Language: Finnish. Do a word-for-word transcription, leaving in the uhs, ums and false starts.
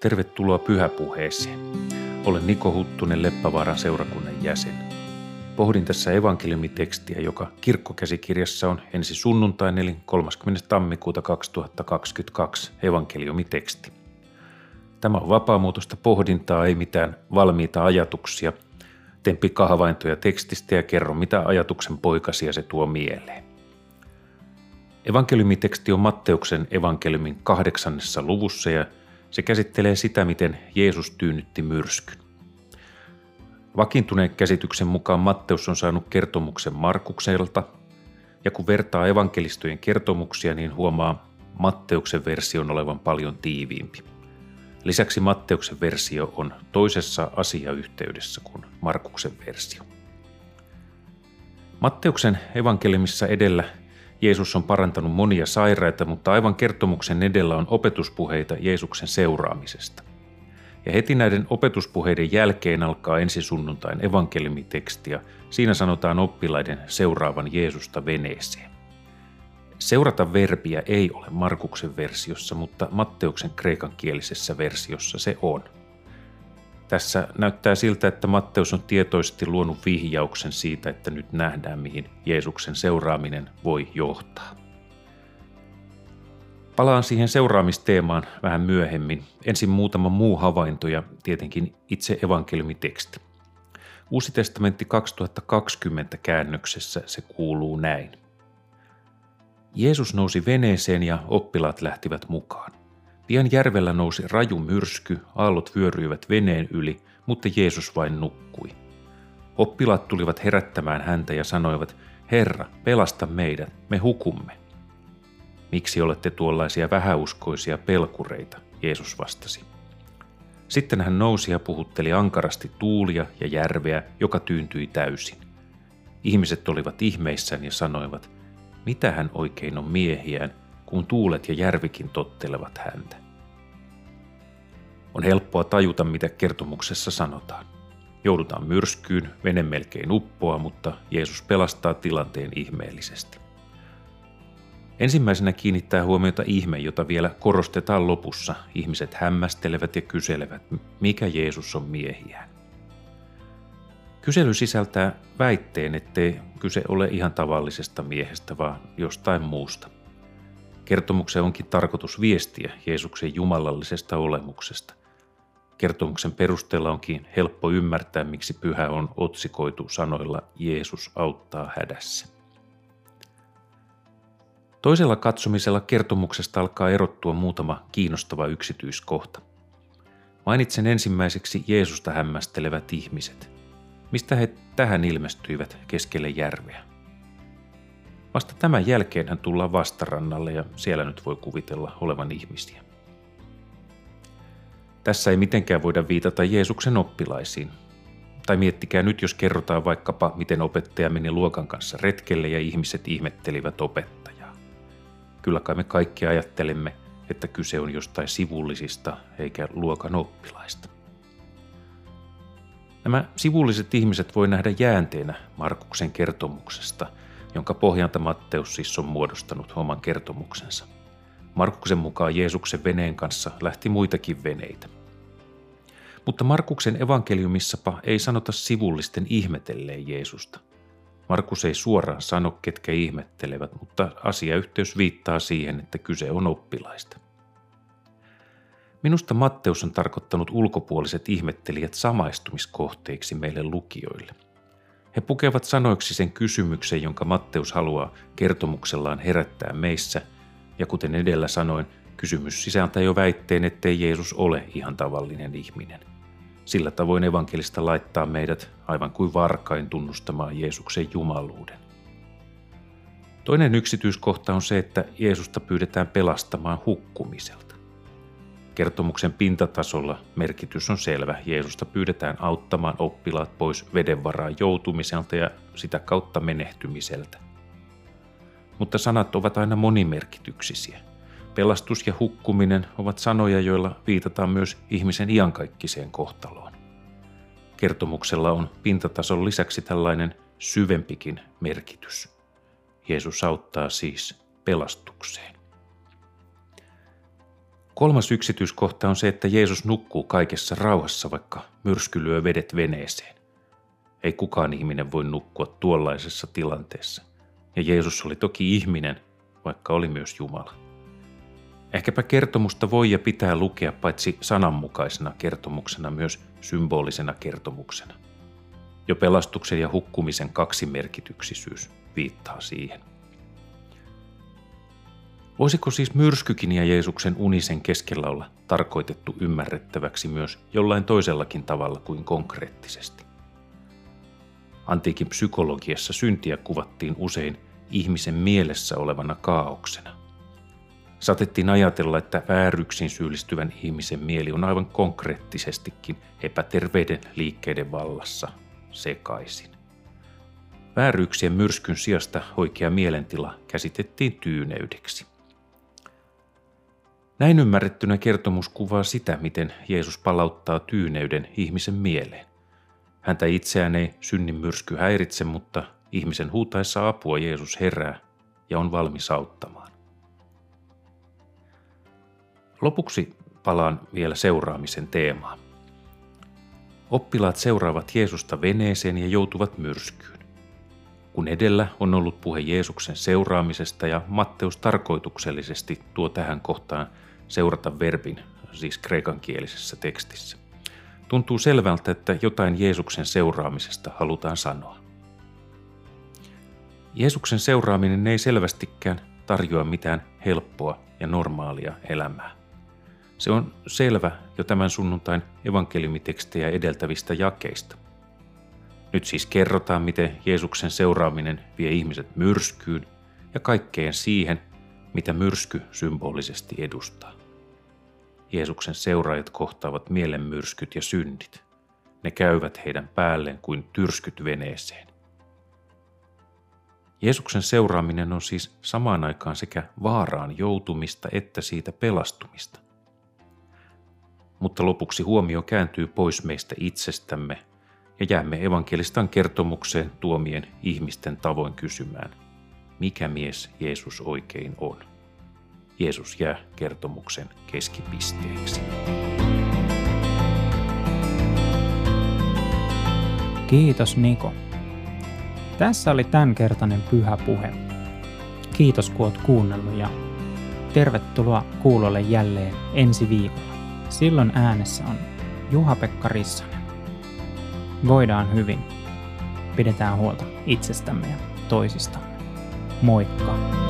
Tervetuloa Pyhäpuheeseen. Olen Niko Huttunen, Leppävaaran seurakunnan jäsen. Pohdin tässä evankeliumitekstiä, joka kirkkokäsikirjassa on ensi sunnuntain eli kolmaskymmenes tammikuuta kaksituhattakaksikymmentäkaksi evankeliumiteksti. Tämä on vapaamuotoista pohdintaa, ei mitään valmiita ajatuksia. Teen pikahavaintoja tekstistä ja kerron, mitä ajatuksen poikasia se tuo mieleen. Evankeliumiteksti on Matteuksen evankeliumin kahdeksannessa luvussa ja se käsittelee sitä, miten Jeesus tyynnytti myrskyn. Vakiintuneen käsityksen mukaan Matteus on saanut kertomuksen Markukselta, ja kun vertaa evankelistojen kertomuksia, niin huomaa Matteuksen version olevan paljon tiiviimpi. Lisäksi Matteuksen versio on toisessa asiayhteydessä kuin Markuksen versio. Matteuksen evankeliumissa edellä Jeesus on parantanut monia sairaita, mutta aivan kertomuksen edellä on opetuspuheita Jeesuksen seuraamisesta. Ja heti näiden opetuspuheiden jälkeen alkaa ensi sunnuntain evankeliumiteksti ja siinä sanotaan oppilaiden seuraavan Jeesusta veneeseen. Seurata verbiä ei ole Markuksen versiossa, mutta Matteuksen kreikankielisessä versiossa se on. Tässä näyttää siltä, että Matteus on tietoisesti luonut vihjauksen siitä, että nyt nähdään, mihin Jeesuksen seuraaminen voi johtaa. Palaan siihen seuraamisteemaan vähän myöhemmin. Ensin muutama muu havainto ja tietenkin itse evankeliumiteksti. Uusi testamentti kaksituhattakaksikymmentä käännöksessä se kuuluu näin. Jeesus nousi veneeseen ja oppilaat lähtivät mukaan. Pian järvellä nousi raju myrsky, aallot vyöryivät veneen yli, mutta Jeesus vain nukkui. Oppilaat tulivat herättämään häntä ja sanoivat, Herra, pelasta meidät, me hukumme. Miksi olette tuollaisia vähäuskoisia pelkureita, Jeesus vastasi. Sitten hän nousi ja puhutteli ankarasti tuulia ja järveä, joka tyyntyi täysin. Ihmiset olivat ihmeissään ja sanoivat, mitä hän oikein on miehiään, kun tuulet ja järvikin tottelevat häntä. On helppoa tajuta, mitä kertomuksessa sanotaan. Joudutaan myrskyyn, vene melkein uppoaa, mutta Jeesus pelastaa tilanteen ihmeellisesti. Ensimmäisenä kiinnittää huomiota ihme, jota vielä korostetaan lopussa. Ihmiset hämmästelevät ja kyselevät, mikä Jeesus on miehiään. Kysely sisältää väitteen, ettei kyse ole ihan tavallisesta miehestä, vaan jostain muusta. Kertomuksen onkin tarkoitus viestiä Jeesuksen jumalallisesta olemuksesta. Kertomuksen perusteella onkin helppo ymmärtää, miksi pyhä on otsikoitu sanoilla Jeesus auttaa hädässä. Toisella katsomisella kertomuksesta alkaa erottua muutama kiinnostava yksityiskohta. Mainitsen ensimmäiseksi Jeesusta hämmästelevät ihmiset. Mistä he tähän ilmestyivät keskelle järveä? Vasta tämän jälkeen hän tullaan vastarannalle ja siellä nyt voi kuvitella olevan ihmisiä. Tässä ei mitenkään voida viitata Jeesuksen oppilaisiin. Tai miettikää nyt, jos kerrotaan vaikkapa, miten opettaja meni luokan kanssa retkelle ja ihmiset ihmettelivät opettajaa. Kyllä kai me kaikki ajattelemme, että kyse on jostain sivullisista eikä luokan oppilaista. Nämä sivulliset ihmiset voi nähdä jäänteenä Markuksen kertomuksesta, jonka pohjalta Matteus siis on muodostanut oman kertomuksensa. Markuksen mukaan Jeesuksen veneen kanssa lähti muitakin veneitä. Mutta Markuksen evankeliumissapa ei sanota sivullisten ihmetelleen Jeesusta. Markus ei suoraan sano, ketkä ihmettelevät, mutta asiayhteys viittaa siihen, että kyse on oppilaista. Minusta Matteus on tarkoittanut ulkopuoliset ihmettelijät samaistumiskohteiksi meille lukijoille. He pukevat sanoiksi sen kysymyksen, jonka Matteus haluaa kertomuksellaan herättää meissä, ja kuten edellä sanoin, kysymys sisältää jo väitteen, ettei Jeesus ole ihan tavallinen ihminen. Sillä tavoin evankelista laittaa meidät aivan kuin varkain tunnustamaan Jeesuksen jumaluuden. Toinen yksityiskohta on se, että Jeesusta pyydetään pelastamaan hukkumiselta. Kertomuksen pintatasolla merkitys on selvä. Jeesusta pyydetään auttamaan oppilaat pois veden varaan joutumiselta ja sitä kautta menehtymiseltä. Mutta sanat ovat aina monimerkityksisiä. Pelastus ja hukkuminen ovat sanoja, joilla viitataan myös ihmisen iankaikkiseen kohtaloon. Kertomuksella on pintatason lisäksi tällainen syvempikin merkitys. Jeesus auttaa siis pelastukseen. Kolmas yksityiskohta on se, että Jeesus nukkuu kaikessa rauhassa, vaikka myrsky lyö vedet veneeseen. Ei kukaan ihminen voi nukkua tuollaisessa tilanteessa. Ja Jeesus oli toki ihminen, vaikka oli myös Jumala. Ehkäpä kertomusta voi ja pitää lukea paitsi sananmukaisena kertomuksena myös symbolisena kertomuksena. Jo pelastuksen ja hukkumisen kaksimerkityksisyys viittaa siihen. Voisiko siis myrskykin ja Jeesuksen unisen keskellä olla tarkoitettu ymmärrettäväksi myös jollain toisellakin tavalla kuin konkreettisesti? Antiikin psykologiassa syntiä kuvattiin usein ihmisen mielessä olevana kaaoksena. Saatettiin ajatella, että vääryyksiin syyllistyvän ihmisen mieli on aivan konkreettisestikin epäterveiden liikkeiden vallassa sekaisin. Vääryyksien myrskyn sijasta oikea mielentila käsitettiin tyyneydeksi. Näin ymmärrettynä kertomus kuvaa sitä, miten Jeesus palauttaa tyyneyden ihmisen mieleen. Häntä itseään ei synnin myrsky häiritse, mutta ihmisen huutaessa apua Jeesus herää ja on valmis auttamaan. Lopuksi palaan vielä seuraamisen teemaan. Oppilaat seuraavat Jeesusta veneeseen ja joutuvat myrskyyn. Kun edellä on ollut puhe Jeesuksen seuraamisesta ja Matteus tarkoituksellisesti tuo tähän kohtaan seurata verbin, siis kreikankielisessä tekstissä. Tuntuu selvältä, että jotain Jeesuksen seuraamisesta halutaan sanoa. Jeesuksen seuraaminen ei selvästikään tarjoa mitään helppoa ja normaalia elämää. Se on selvä jo tämän sunnuntain evankeliumitekstejä edeltävistä jakeista. Nyt siis kerrotaan, miten Jeesuksen seuraaminen vie ihmiset myrskyyn ja kaikkeen siihen, mitä myrsky symbolisesti edustaa. Jeesuksen seuraajat kohtaavat mielenmyrskyt ja synnit. Ne käyvät heidän päälleen kuin tyrskyt veneeseen. Jeesuksen seuraaminen on siis samaan aikaan sekä vaaraan joutumista että siitä pelastumista. Mutta lopuksi huomio kääntyy pois meistä itsestämme ja jäämme evankelistan kertomukseen tuomien ihmisten tavoin kysymään, mikä mies Jeesus oikein on. Jeesus jää kertomuksen keskipisteeksi. Kiitos Niko. Tässä oli tämänkertainen pyhä puhe. Kiitos kun oot kuunnellut ja tervetuloa kuulolle jälleen ensi viikolla. Silloin äänessä on Juha-Pekka Rissanen. Voidaan hyvin. Pidetään huolta itsestämme ja toisistamme. Moikka!